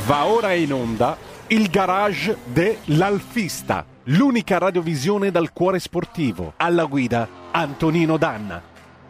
Va ora in onda il garage dell'Alfista, l'unica radiovisione dal cuore sportivo. Alla guida Antonino Danna.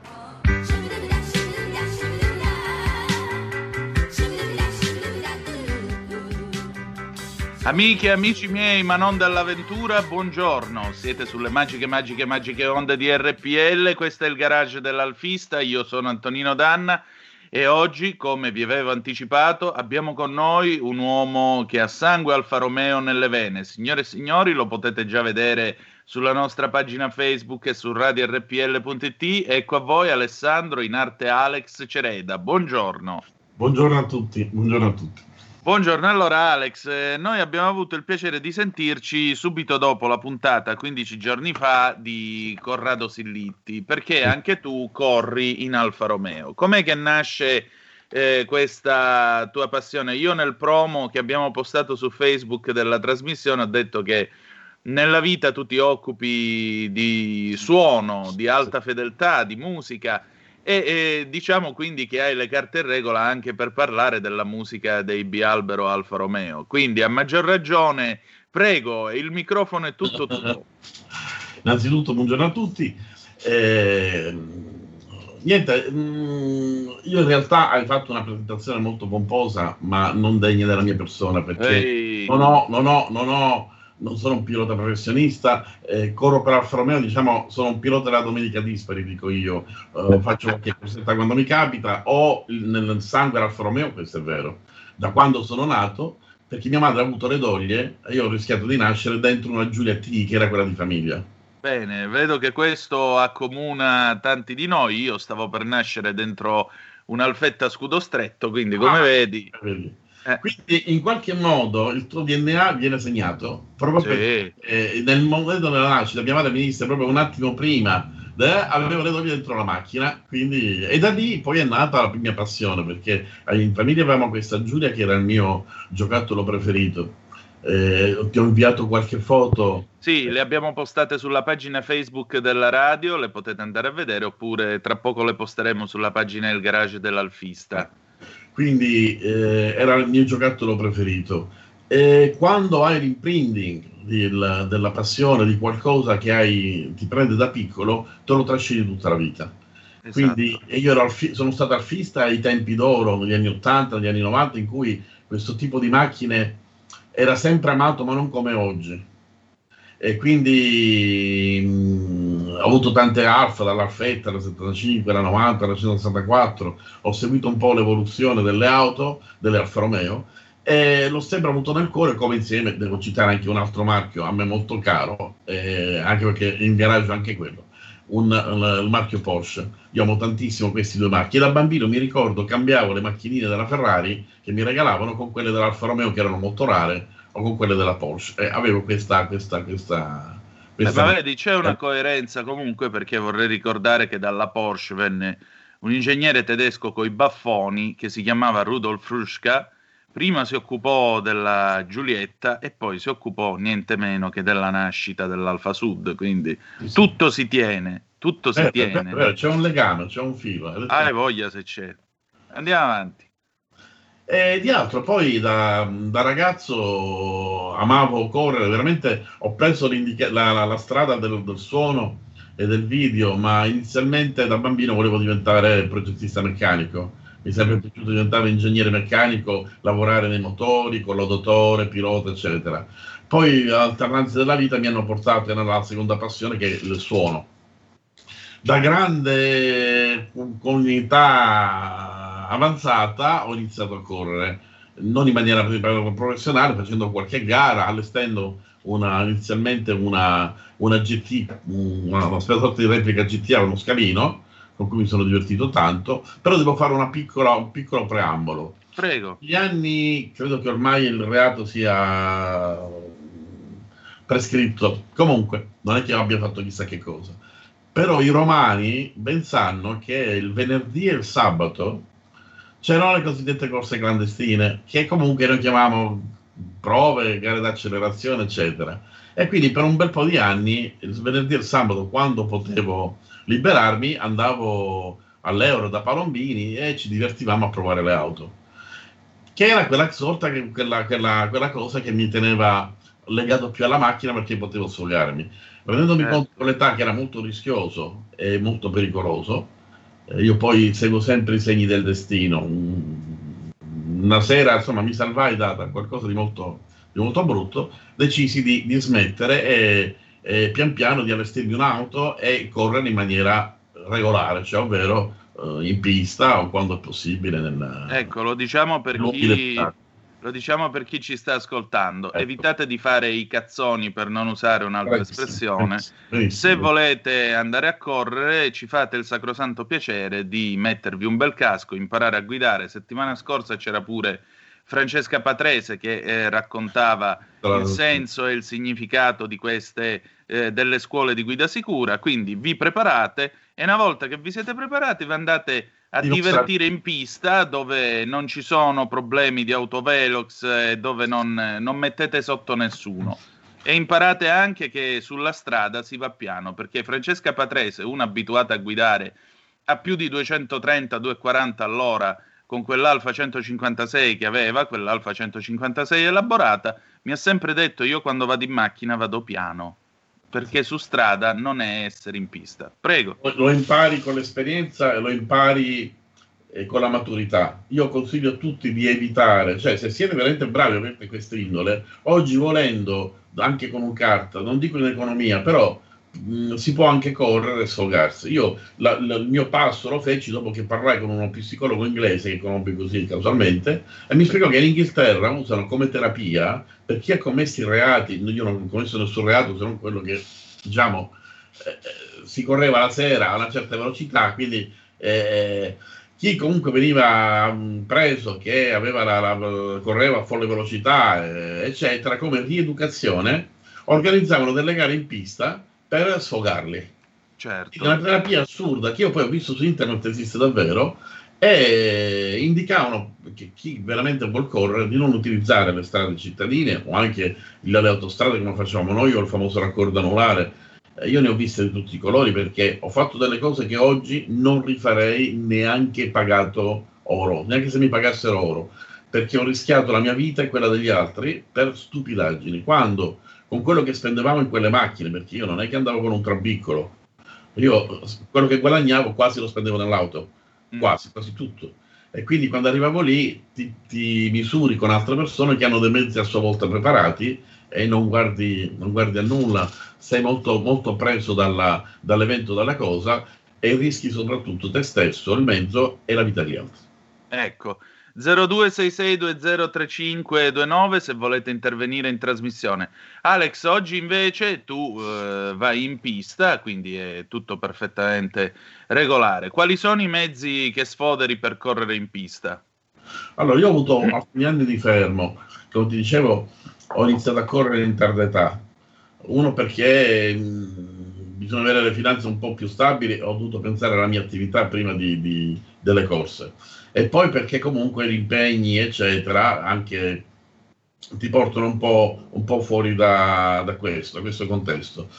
Amiche e amici miei, ma non dall'avventura, buongiorno. Siete sulle magiche onde di RPL. Questo è il garage dell'Alfista. Io sono Antonino Danna. E oggi, come vi avevo anticipato, abbiamo con noi un uomo che ha sangue Alfa Romeo nelle vene. Signore e signori, lo potete già vedere sulla nostra pagina Facebook e su radiorpl.it. Ecco a voi Alessandro, in arte Alex Cereda. Buongiorno. Buongiorno a tutti, buongiorno a tutti. Buongiorno, allora Alex, noi abbiamo avuto il piacere di sentirci subito dopo la puntata 15 giorni fa di Corrado Sillitti, perché anche tu corri in Alfa Romeo. Com'è che nasce questa tua passione? Io nel promo che abbiamo postato su Facebook della trasmissione ho detto che nella vita tu ti occupi di suono, di alta fedeltà, di musica, e diciamo quindi che hai le carte in regola anche per parlare della musica dei Bialbero Alfa Romeo. Quindi a maggior ragione, prego, il microfono è tutto tuo. Innanzitutto buongiorno a tutti. Niente, io in realtà hai fatto una presentazione molto pomposa, ma non degna della mia persona, perché non sono un pilota professionista, corro per Alfa Romeo, diciamo, sono un pilota della Domenica Dispari, dico io, faccio qualche cosetta quando mi capita, ho nel sangue Alfa Romeo, questo è vero, da quando sono nato, perché mia madre ha avuto le doglie e io ho rischiato di nascere dentro una Giulia T, che era quella di famiglia. Bene, vedo che questo accomuna tanti di noi. Io stavo per nascere dentro un'Alfetta a scudo stretto, quindi come vedi... Quindi in qualche modo il tuo DNA viene segnato proprio perché nel momento della nascita mia madre mi disse proprio un attimo prima avevo le doglie dentro la macchina, quindi, e da lì poi è nata la mia passione, perché in famiglia avevamo questa Giulia che era il mio giocattolo preferito. Ti ho inviato qualche foto. Sì, le abbiamo postate sulla pagina Facebook della radio, le potete andare a vedere, oppure tra poco le posteremo sulla pagina del garage dell'Alfista. Quindi era il mio giocattolo preferito. E quando hai l'imprinting della passione, di qualcosa che ti prende da piccolo, te lo trascini tutta la vita. Esatto. Quindi io sono stato alfista ai tempi d'oro, negli anni 80, negli anni 90, in cui questo tipo di macchine era sempre amato, ma non come oggi. E quindi ho avuto tante Alfa, dall'Alfetta, la 75, la 90, la 164, ho seguito un po' l'evoluzione delle auto, delle Alfa Romeo, e l'ho sempre avuto nel cuore, come insieme, devo citare anche un altro marchio a me molto caro, anche perché in garage anche quello, il marchio Porsche. Io amo tantissimo questi due marchi, e da bambino mi ricordo cambiavo le macchinine della Ferrari che mi regalavano con quelle dell'Alfa Romeo, che erano molto rare, o con quelle della Porsche, avevo questa ma vedi, c'è una coerenza comunque, perché vorrei ricordare che dalla Porsche venne un ingegnere tedesco coi baffoni che si chiamava Rudolf Ruschka. Prima si occupò della Giulietta e poi si occupò niente meno che della nascita dell'Alfa Sud, quindi sì. Tutto si tiene, tutto si tiene. C'è un legame, c'è un filo. Hai voglia se c'è. Andiamo avanti. Di altro, poi da ragazzo amavo correre, veramente ho preso la strada del suono e del video, ma inizialmente da bambino volevo diventare progettista meccanico. Mi sarebbe piaciuto diventare ingegnere meccanico, lavorare nei motori, collaudatore, pilota, eccetera. Poi alternanze della vita mi hanno portato nella seconda passione, che è il suono. Da grande comunità avanzata ho iniziato a correre, non in maniera professionale, facendo qualche gara, allestendo inizialmente una GT, una sorta di replica GTA, uno scalino, con cui mi sono divertito tanto, però devo fare un piccolo preambolo. Prego. Negli anni, credo che ormai il reato sia prescritto, comunque non è che abbia fatto chissà che cosa, però i romani ben sanno che il venerdì e il sabato c'erano le cosiddette corse clandestine, che comunque noi chiamiamo prove, gare d'accelerazione, eccetera. E quindi per un bel po' di anni, il venerdì e il sabato, quando potevo liberarmi, andavo all'Euro da Palombini e ci divertivamo a provare le auto. che era quella sorta, quella cosa che mi teneva legato più alla macchina perché potevo sfogarmi. Rendendomi conto con l'età che era molto rischioso e molto pericoloso, io poi seguo sempre i segni del destino. Una sera, insomma, mi salvai da qualcosa di molto brutto, decisi di smettere e pian piano di allestirmi un'auto e correre in maniera regolare, cioè ovvero in pista o quando è possibile. Ecco, lo diciamo per chi ci sta ascoltando. Ecco. Evitate di fare i cazzoni, per non usare un'altra espressione. Benissimo. Se volete andare a correre, ci fate il sacrosanto piacere di mettervi un bel casco, imparare a guidare. Settimana scorsa c'era pure Francesca Patrese che raccontava il senso e il significato di queste delle scuole di guida sicura. Quindi vi preparate e una volta che vi siete preparati vi andate a divertire in pista, dove non ci sono problemi di autovelox e dove non mettete sotto nessuno, e imparate anche che sulla strada si va piano, perché Francesca Patrese, una abituata a guidare a più di 230-240 all'ora con quell'Alfa 156 che aveva, quell'Alfa 156 elaborata, mi ha sempre detto: io quando vado in macchina vado piano, perché su strada non è essere in pista. Prego. Lo impari con l'esperienza e lo impari con la maturità. Io consiglio a tutti di evitare, cioè se siete veramente bravi a avere queste indole, oggi volendo, anche con un kart, non dico in economia, però si può anche correre e sfogarsi. Io il mio passo lo feci dopo che parlai con uno psicologo inglese che conobbi così casualmente e mi spiegò che in Inghilterra usano come terapia per chi ha commesso i reati. Io non ho commesso nessun reato se non quello che, diciamo, si correva la sera a una certa velocità, quindi chi comunque veniva preso che correva a folle velocità, eccetera, come rieducazione organizzavano delle gare in pista per sfogarli. Certo. Una terapia assurda che io poi ho visto su internet, esiste davvero, e indicavano che chi veramente vuol correre di non utilizzare le strade cittadine o anche le autostrade come facciamo noi, o il famoso raccordo anulare. Io ne ho viste di tutti i colori, perché ho fatto delle cose che oggi non rifarei neanche pagato oro, neanche se mi pagassero oro, perché ho rischiato la mia vita e quella degli altri per stupidaggini, quando con quello che spendevamo in quelle macchine, perché io non è che andavo con un trabiccolo, io quello che guadagnavo quasi lo spendevo nell'auto, quasi tutto, e quindi quando arrivavo lì ti misuri con altre persone che hanno dei mezzi a sua volta preparati e non guardi a nulla, sei molto, molto preso dall'evento, dalla cosa, e rischi soprattutto te stesso, il mezzo e la vita di altri. Ecco, 0266203529 se volete intervenire in trasmissione. Alex, oggi invece tu vai in pista, quindi è tutto perfettamente regolare. Quali sono i mezzi che sfoderi per correre in pista? Allora, io ho avuto alcuni anni di fermo, come ti dicevo, ho iniziato a correre in tarda età. Uno perché bisogna avere le finanze un po' più stabili, ho dovuto pensare alla mia attività prima delle corse, e poi perché comunque gli impegni eccetera anche ti portano un po' fuori da questo contesto.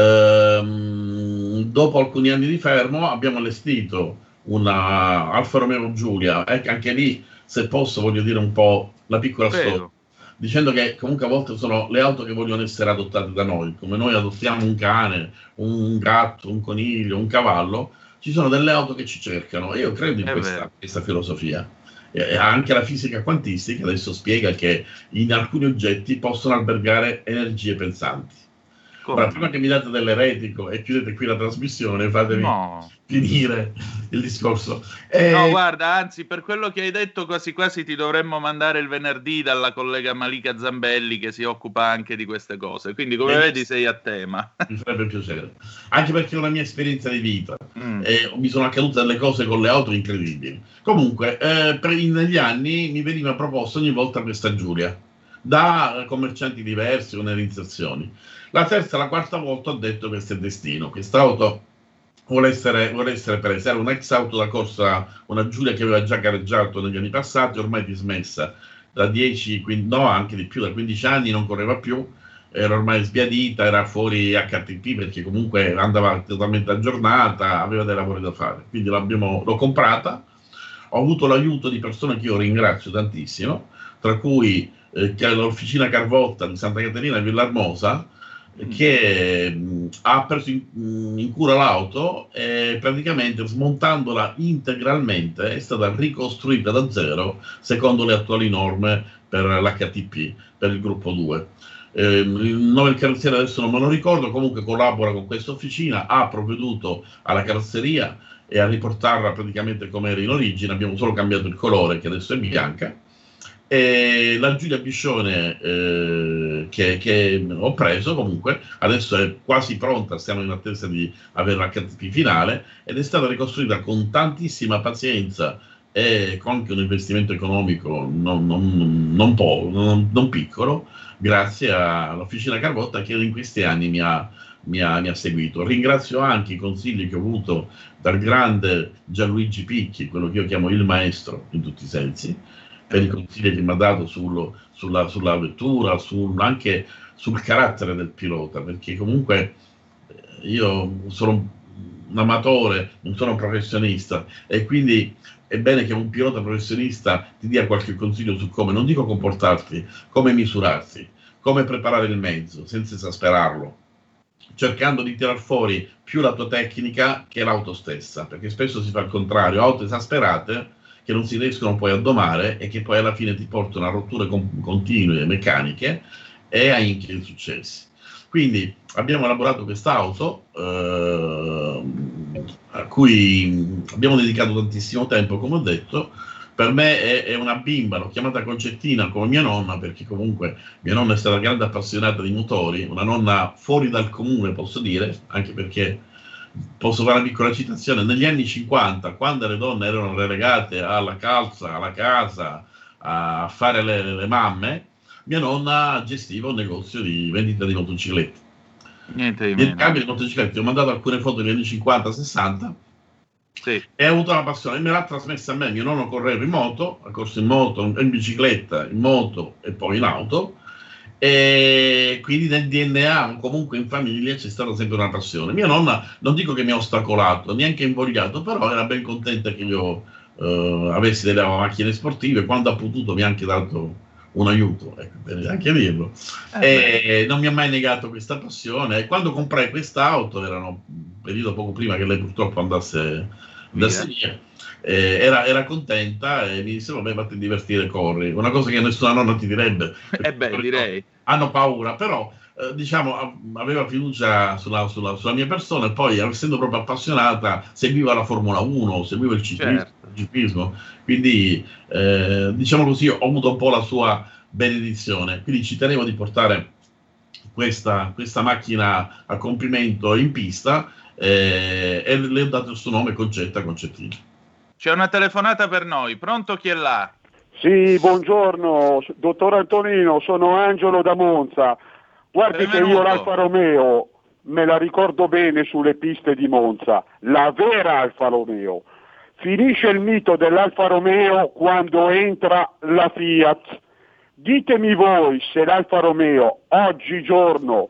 Dopo alcuni anni di fermo abbiamo allestito una Alfa Romeo Giulia, anche lì, se posso, voglio dire un po' la piccola storia, dicendo che comunque a volte sono le auto che vogliono essere adottate da noi, come noi adottiamo un cane, un gatto, un coniglio, un cavallo. Ci sono delle auto che ci cercano, e io credo in questa filosofia. Anche la fisica quantistica adesso spiega che in alcuni oggetti possono albergare energie pensanti. Ora, prima che mi date dell'eretico e chiudete qui la trasmissione, fatemi finire il discorso. No, guarda, anzi, per quello che hai detto, quasi quasi ti dovremmo mandare il venerdì dalla collega Malika Zambelli, che si occupa anche di queste cose. Quindi, come vedi, sei a tema. Mi farebbe piacere. Anche perché è una mia esperienza di vita. Mi sono accadute delle cose con le auto incredibili. Comunque, negli anni mi veniva proposta ogni volta questa Giulia, da commercianti diversi, con realizzazioni. La terza e la quarta volta ho detto: questo è destino, quest'auto vuole essere presa. Era un'ex auto da corsa, una Giulia che aveva già gareggiato negli anni passati, ormai dismessa da 10, no, anche di più, da 15 anni, non correva più, era ormai sbiadita, era fuori HTP perché comunque andava totalmente aggiornata, aveva dei lavori da fare, quindi l'ho comprata. Ho avuto l'aiuto di persone che io ringrazio tantissimo, tra cui l'officina Carvotta di Santa Caterina e Villahermosa, che ha preso in cura l'auto e praticamente smontandola integralmente è stata ricostruita da zero secondo le attuali norme per l'HTP, per il gruppo 2. Il nome del carrozziere adesso non me lo ricordo, comunque collabora con questa officina, ha provveduto alla carrozzeria e a riportarla praticamente come era in origine, abbiamo solo cambiato il colore che adesso è bianca. E la Giulia Biscione che ho preso comunque adesso è quasi pronta, stiamo in attesa di avere l'HTP finale, ed è stata ricostruita con tantissima pazienza e con anche un investimento economico non piccolo, grazie all'officina Carvotta che in questi anni mi ha seguito. Ringrazio anche i consigli che ho avuto dal grande Gianluigi Picchi, quello che io chiamo il maestro in tutti i sensi, per i consigli che mi ha dato sulla vettura, anche sul carattere del pilota, perché comunque io sono un amatore, non sono un professionista, e quindi è bene che un pilota professionista ti dia qualche consiglio su come, non dico comportarsi, come misurarsi, come preparare il mezzo senza esasperarlo, cercando di tirar fuori più la tua tecnica che l'auto stessa, perché spesso si fa il contrario, auto esasperate che non si riescono poi a domare e che poi alla fine ti portano a rotture continue meccaniche e a insuccessi. Quindi abbiamo elaborato quest'auto a cui abbiamo dedicato tantissimo tempo, come ho detto. Per me è una bimba, l'ho chiamata Concettina come mia nonna, perché comunque mia nonna è stata grande appassionata di motori, una nonna fuori dal comune, posso dire, anche perché posso fare una piccola citazione: negli anni 50, quando le donne erano relegate alla calza, alla casa, a fare le mamme, mia nonna gestiva un negozio di vendita di motociclette. Niente di Nel meno. cambio di motociclette ho mandato alcune foto degli anni 50-60 Sì. e ho avuto una passione e me l'ha trasmessa a me. Mio nonno correva in moto, ha corso in moto, in bicicletta, in moto e poi in auto, e quindi nel DNA, comunque in famiglia, c'è stata sempre una passione. Mia nonna, non dico che mi ha ostacolato, neanche invogliato, però era ben contenta che io avessi delle macchine sportive. Quando ha potuto mi ha anche dato un aiuto, ecco, per anche dirlo, e non mi ha mai negato questa passione. E quando comprai quest'auto, era un periodo poco prima che lei purtroppo andasse via. Era contenta e mi disse: vabbè, vatti a divertire, corri, una cosa che nessuna nonna ti direbbe. Direi. Hanno paura, però diciamo aveva fiducia sulla mia persona, e poi essendo proprio appassionata seguiva la Formula 1, seguiva il ciclismo, quindi diciamo così ho avuto un po' la sua benedizione, quindi ci tenevo di portare questa macchina a compimento in pista, e le ho dato il suo nome, Concettina. C'è una telefonata per noi, pronto, chi è là? Sì, buongiorno, dottor Antonino, sono Angelo da Monza. Guardi che io l'Alfa Romeo me la ricordo bene sulle piste di Monza, la vera Alfa Romeo. Finisce il mito dell'Alfa Romeo quando entra la Fiat. Ditemi voi se l'Alfa Romeo oggigiorno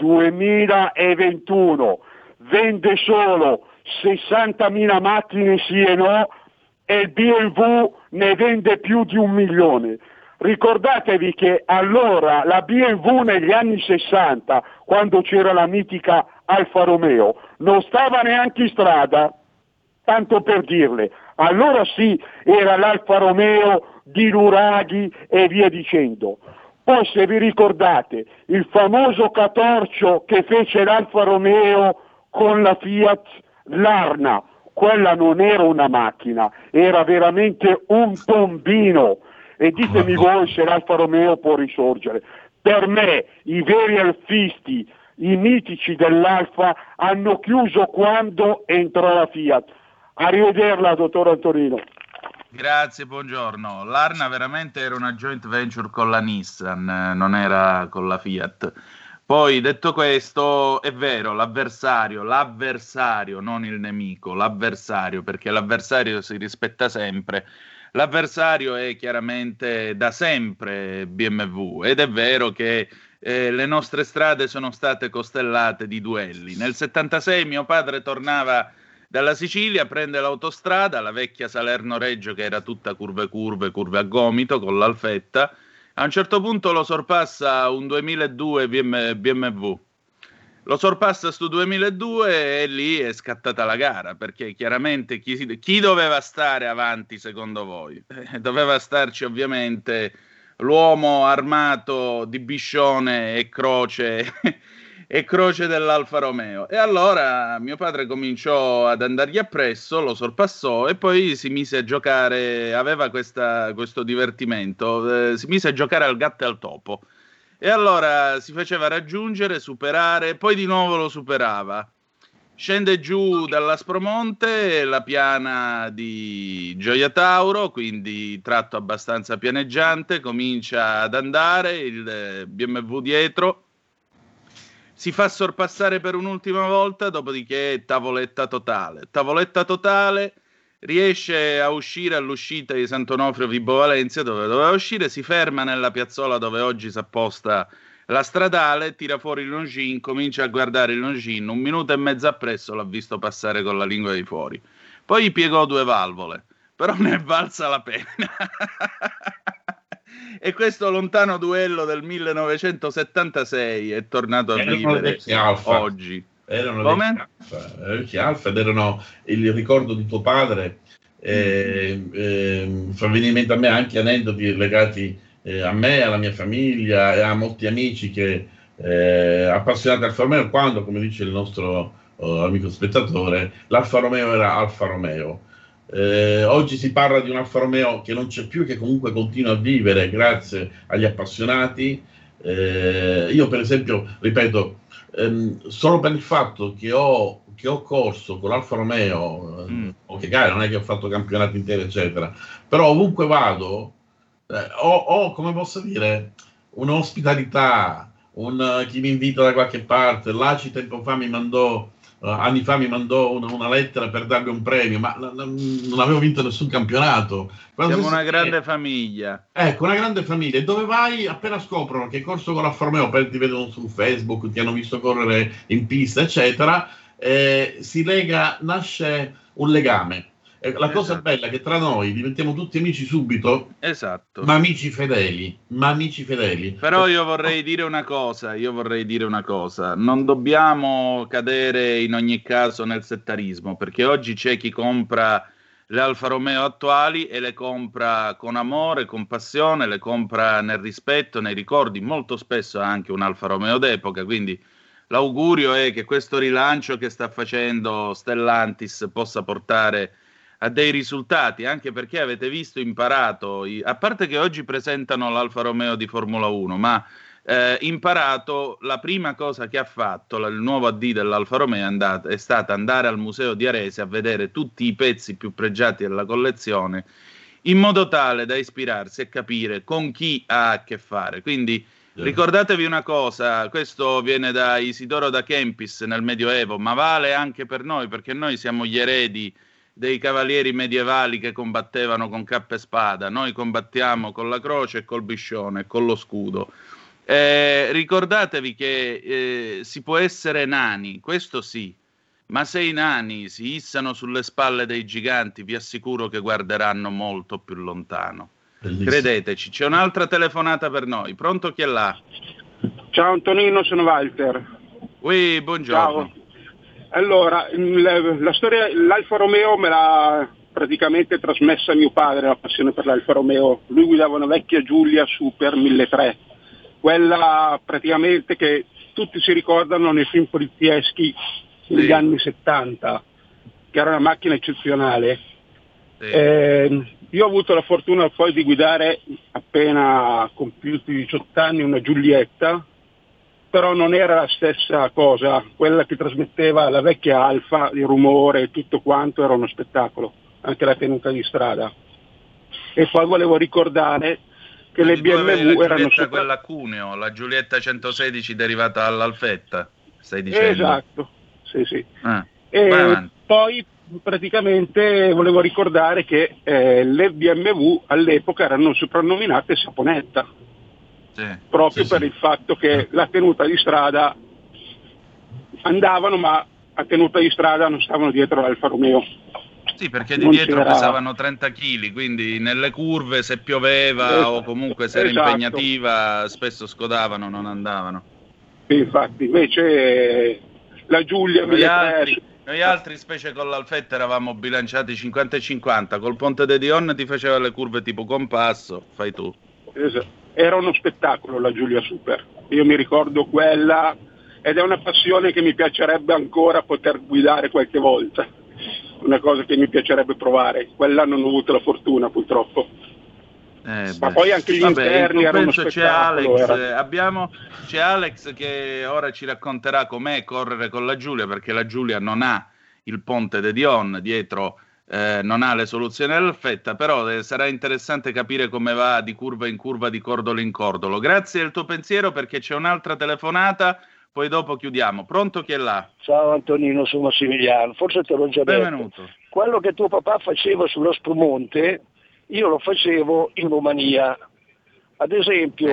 2021 vende solo 60.000 macchine sì e no, e il BMW ne vende più di 1 milione. Ricordatevi che allora la BMW negli anni 60, quando c'era la mitica Alfa Romeo, non stava neanche in strada, tanto per dirle. Allora sì, era l'Alfa Romeo di Nuraghi e via dicendo. Poi, se vi ricordate, il famoso catorcio che fece l'Alfa Romeo con la Fiat, l'Arna, quella non era una macchina, era veramente un tombino. E ditemi voi se l'Alfa Romeo può risorgere. Per me i veri alfisti, i mitici dell'Alfa, hanno chiuso quando entrò la Fiat. Arrivederla, dottor Antonino. Grazie, buongiorno. L'Arna veramente era una joint venture con la Nissan, non era con la Fiat. Poi, detto questo, è vero, l'avversario, non il nemico, l'avversario, perché l'avversario si rispetta sempre. L'avversario è chiaramente da sempre BMW, ed è vero che le nostre strade sono state costellate di duelli. Nel 76 mio padre tornava dalla Sicilia, prende l'autostrada, la vecchia Salerno-Reggio che era tutta curve a gomito con l'Alfetta, A un certo punto lo sorpassa un 2002 BMW. Lo sorpassa sto 2002 e lì è scattata la gara, perché chiaramente chi doveva stare avanti secondo voi? Doveva starci ovviamente l'uomo armato di biscione e croce dell'Alfa Romeo. E allora mio padre cominciò ad andargli appresso, lo sorpassò e poi si mise a giocare, aveva questo divertimento, si mise a giocare al gatto e al topo. E allora si faceva raggiungere, superare, poi di nuovo lo superava. Scende giù dall'Aspromonte, la piana di Gioia Tauro, quindi tratto abbastanza pianeggiante, comincia ad andare, il BMW dietro, si fa sorpassare per un'ultima volta, dopodiché tavoletta totale. Tavoletta totale, riesce a uscire all'uscita di Sant'Onofrio Vibo Valentia, dove doveva uscire, si ferma nella piazzola dove oggi si apposta la stradale, tira fuori il Longines, comincia a guardare il Longines, 1 minuto e mezzo appresso l'ha visto passare con la lingua di fuori. Poi gli piegò 2 valvole, però ne è valsa la pena. E questo lontano duello del 1976 è tornato a vivere oggi. Erano vecchi Alfa ed erano il ricordo di tuo padre. Fa venire in mente a me anche aneddoti legati a me, alla mia famiglia e a molti amici che appassionati al Alfa Romeo, quando, come dice il nostro amico spettatore, l'Alfa Romeo era Alfa Romeo. Oggi si parla di un Alfa Romeo che non c'è più, che comunque continua a vivere grazie agli appassionati. Io per esempio, ripeto, solo per il fatto che ho corso con l'Alfa Romeo, che gara, non è che ho fatto campionati interi eccetera, però ovunque vado ho, come posso dire, un'ospitalità, chi mi invita da qualche parte. L'ACI tempo fa anni fa mi mandò una lettera per darmi un premio, ma non avevo vinto nessun campionato. Siamo una grande famiglia. Ecco, una grande famiglia. E dove vai, appena scoprono che hai corso con l'Alfa Romeo, poi ti vedono su Facebook, ti hanno visto correre in pista, eccetera, nasce un legame. La cosa bella è che tra noi diventiamo tutti amici subito, esatto, ma amici fedeli. Però io vorrei dire una cosa, non dobbiamo cadere in ogni caso nel settarismo, perché oggi c'è chi compra le Alfa Romeo attuali e le compra con amore, con passione, le compra nel rispetto, nei ricordi, molto spesso anche un Alfa Romeo d'epoca, quindi l'augurio è che questo rilancio che sta facendo Stellantis possa portare a dei risultati, anche perché avete visto, imparato, a parte che oggi presentano l'Alfa Romeo di Formula 1, ma imparato, la prima cosa che ha fatto il nuovo AD dell'Alfa Romeo è stata andare al museo di Arese a vedere tutti i pezzi più pregiati della collezione, in modo tale da ispirarsi e capire con chi ha a che fare. Quindi ricordatevi una cosa, questo viene da Isidoro da Kempis nel Medioevo, ma vale anche per noi, perché noi siamo gli eredi dei cavalieri medievali che combattevano con cappa e spada. Noi combattiamo con la croce e col biscione e con lo scudo. Ricordatevi che si può essere nani, questo sì, ma se i nani si issano sulle spalle dei giganti, vi assicuro che guarderanno molto più lontano. Bellissimo. Credeteci. C'è un'altra telefonata per noi. Pronto, chi è là? Ciao Antonino, sono Walter. Ui, buongiorno. Ciao. Allora, la storia, l'Alfa Romeo me l'ha praticamente trasmessa mio padre, la passione per l'Alfa Romeo. Lui guidava una vecchia Giulia Super 1300, quella praticamente che tutti si ricordano nei film polizieschi negli anni 70, che era una macchina eccezionale. Sì. Io ho avuto la fortuna poi di guidare, appena compiuti 18 anni, una Giulietta, però non era la stessa cosa, quella che trasmetteva la vecchia Alfa, il rumore e tutto quanto era uno spettacolo, anche la tenuta di strada. E poi volevo ricordare che le BMW erano quella Cuneo, la Giulietta 116 derivata dall'Alfetta, stai dicendo? Esatto, sì. E poi praticamente volevo ricordare che le BMW all'epoca erano soprannominate Saponetta. Proprio per il fatto che la tenuta di strada andavano, ma a tenuta di strada non stavano dietro l'Alfa Romeo. Sì, perché di Non dietro c'era- pesavano 30 kg, quindi nelle curve se pioveva o comunque se era Esatto. impegnativa spesso scodavano, non andavano. Sì, infatti, invece la Giulia Noi altri, specie con l'Alfetta, eravamo bilanciati 50 e 50, col Ponte de Dion ti faceva le curve tipo compasso, fai tu. era uno spettacolo la Giulia Super. Io mi ricordo quella ed è una passione che mi piacerebbe ancora poter guidare qualche volta. Una cosa che mi piacerebbe provare. Quella non ho avuto la fortuna purtroppo. Ma poi anche gli interni in erano uno compenso c'è spettacolo. Alex, c'è Alex che ora ci racconterà com'è correre con la Giulia, perché la Giulia non ha il Ponte de Dion dietro, non ha le soluzioni all'Alfetta, però sarà interessante capire come va di curva in curva, di cordolo in cordolo. Grazie del tuo pensiero, perché c'è un'altra telefonata, poi dopo chiudiamo. Pronto, chi è là? Ciao Antonino, sono Massimiliano, forse te l'ho già detto. Benvenuto. Quello che tuo papà faceva sullo Spromonte, io lo facevo in Romania. Ad esempio,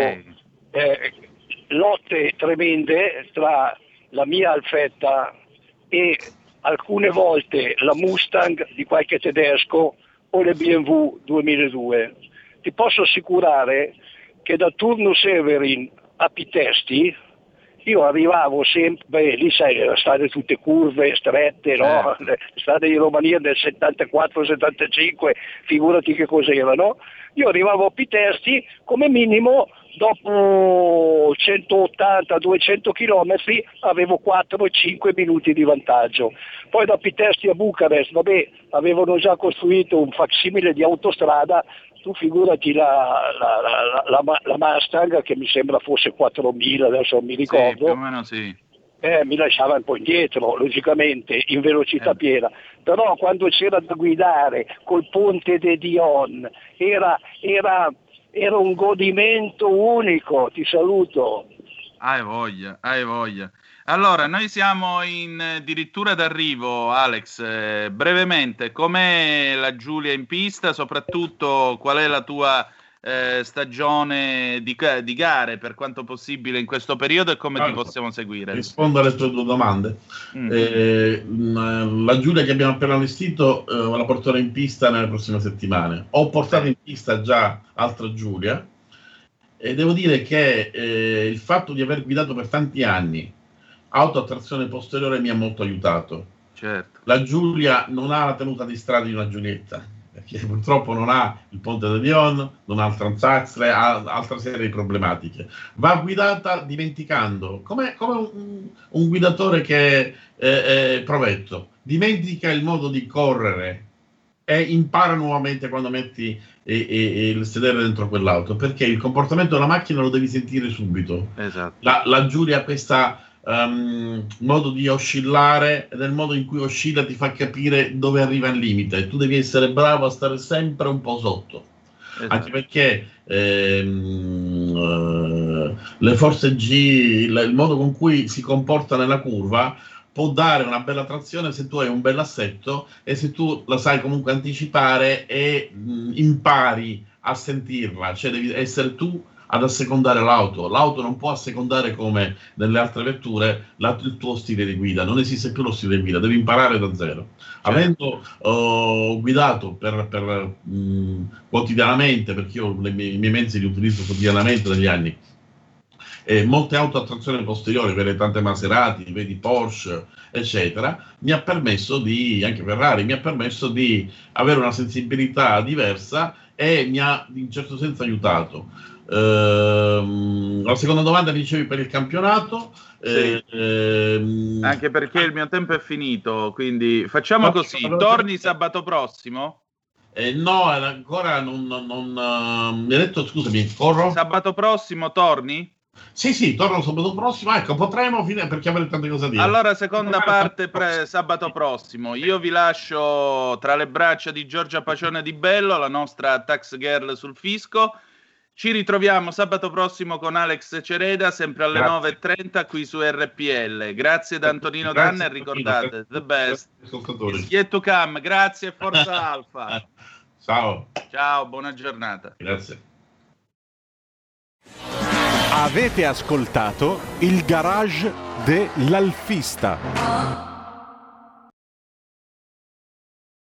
lotte tremende tra la mia Alfetta e alcune volte la Mustang di qualche tedesco o le BMW 2002. Ti posso assicurare che da Turnu Severin a Pitesti io arrivavo sempre, lì sai, le strade tutte curve, strette, no? Le strade di Romania del 74-75, figurati che cos'erano. Io arrivavo a Pitesti come minimo dopo 180-200 km avevo 4-5 minuti di vantaggio. Poi da Pitesti a Bucarest, vabbè, avevano già costruito un facsimile di autostrada. Tu figurati la Mustang, che mi sembra fosse 4.000, adesso non mi ricordo, sì, più o meno sì. Mi lasciava un po' indietro, logicamente, in velocità piena. Però quando c'era da guidare col Ponte de Dion, era un godimento unico. Ti saluto. Hai voglia, hai voglia. Allora, noi siamo in addirittura d'arrivo, Alex. Brevemente, com'è la Giulia in pista? Soprattutto, qual è la tua stagione di gare, per quanto possibile, in questo periodo, e come ti possiamo seguire? Rispondo alle tue due domande. La Giulia che abbiamo appena allestito la porterò in pista nelle prossime settimane. Ho portato in pista già altra Giulia e devo dire che il fatto di aver guidato per tanti anni auto a trazione posteriore mi ha molto aiutato. Certo. La Giulia non ha la tenuta di strada di una Giulietta, perché purtroppo non ha il Ponte de Dion, non ha il Transaxle, ha altra serie di problematiche. Va guidata dimenticando, come un guidatore che è provetto, dimentica il modo di correre e impara nuovamente quando metti il sedere dentro quell'auto, perché il comportamento della macchina lo devi sentire subito. Esatto. La Giulia ha questa modo di oscillare, e nel modo in cui oscilla ti fa capire dove arriva il limite, e tu devi essere bravo a stare sempre un po' sotto. Esatto. Anche perché le forze G, il modo con cui si comporta nella curva può dare una bella trazione se tu hai un bel assetto e se tu la sai comunque anticipare e impari a sentirla, cioè devi essere tu ad assecondare l'auto. L'auto non può assecondare come nelle altre vetture il tuo stile di guida, non esiste più lo stile di guida, devi imparare da zero. Certo. Avendo guidato per quotidianamente, perché io i miei mezzi li utilizzo quotidianamente dagli anni, molte auto a trazione posteriore, vedi tante Maserati, vedi Porsche, eccetera, mi ha permesso anche Ferrari, mi ha permesso di avere una sensibilità diversa e mi ha in certo senso aiutato. La seconda domanda dicevi per il campionato. Sì. Anche perché il mio tempo è finito, quindi facciamo così, torni sabato prossimo? No, ancora non mi hai detto, scusami, corro? Sabato prossimo torni? Sì, torno sabato prossimo, ecco, potremo finire perché avrei tante cose da dire. Allora, seconda parte sabato prossimo. Io vi lascio tra le braccia di Giorgia Pacione di Bello, la nostra tax girl sul fisco. Ci ritroviamo sabato prossimo con Alex Cereda, sempre alle 9:30 qui su RPL. Grazie da Antonino Danna e ricordate, the best is yet to come. Grazie e forza Alfa. Ciao, buona giornata. Grazie. Avete ascoltato il garage dell'Alfista.